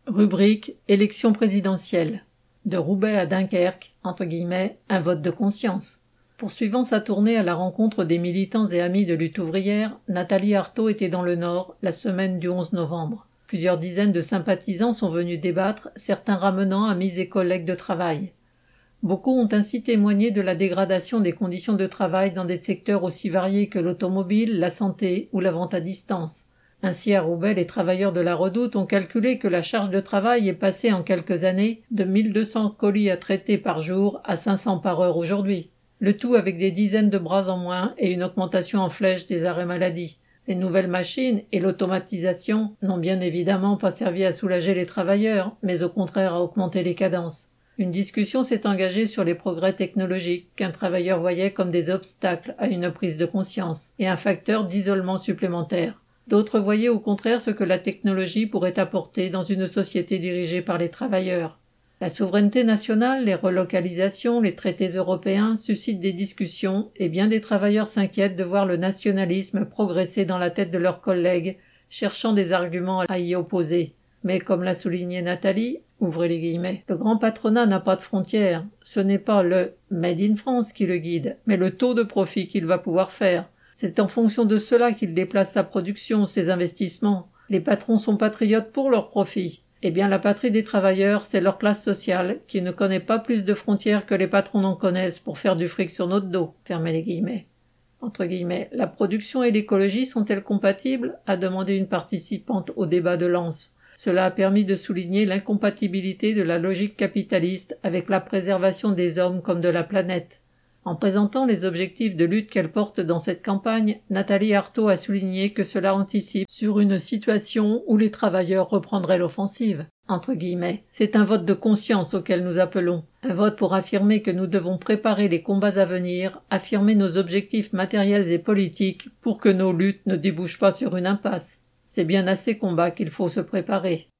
Rubrique « Élection présidentielle ». De Roubaix à Dunkerque, un vote de conscience. Poursuivant sa tournée à la rencontre des militants et amis de lutte ouvrière, Nathalie Arthaud était dans le Nord, la semaine du 11 novembre. Plusieurs dizaines de sympathisants sont venus débattre, certains ramenant amis et collègues de travail. Beaucoup ont ainsi témoigné de la dégradation des conditions de travail dans des secteurs aussi variés que l'automobile, la santé ou la vente à distance. Ainsi, à Roubaix, les travailleurs de la Redoute ont calculé que la charge de travail est passée en quelques années de 1200 colis à traiter par jour à 500 par heure aujourd'hui. Le tout avec des dizaines de bras en moins et une augmentation en flèche des arrêts maladie. Les nouvelles machines et l'automatisation n'ont bien évidemment pas servi à soulager les travailleurs, mais au contraire à augmenter les cadences. Une discussion s'est engagée sur les progrès technologiques qu'un travailleur voyait comme des obstacles à une prise de conscience et un facteur d'isolement supplémentaire. D'autres voyaient au contraire ce que la technologie pourrait apporter dans une société dirigée par les travailleurs. La souveraineté nationale, les relocalisations, les traités européens suscitent des discussions et bien des travailleurs s'inquiètent de voir le nationalisme progresser dans la tête de leurs collègues, cherchant des arguments à y opposer. Mais comme l'a souligné Nathalie, ouvrez les guillemets, le grand patronat n'a pas de frontières. Ce n'est pas le « Made in France » qui le guide, mais le taux de profit qu'il va pouvoir faire. C'est en fonction de cela qu'il déplace sa production, ses investissements. Les patrons sont patriotes pour leur profit. Eh bien, la patrie des travailleurs, c'est leur classe sociale, qui ne connaît pas plus de frontières que les patrons n'en connaissent pour faire du fric sur notre dos. Fermez les guillemets. Entre guillemets, la production et l'écologie sont-elles compatibles ? A demandé une participante au débat de Lens. Cela a permis de souligner l'incompatibilité de la logique capitaliste avec la préservation des hommes comme de la planète. En présentant les objectifs de lutte qu'elle porte dans cette campagne, Nathalie Arthaud a souligné que cela anticipe sur une situation où les travailleurs reprendraient l'offensive. Entre guillemets, c'est un vote de conscience auquel nous appelons. Un vote pour affirmer que nous devons préparer les combats à venir, affirmer nos objectifs matériels et politiques pour que nos luttes ne débouchent pas sur une impasse. C'est bien à ces combats qu'il faut se préparer.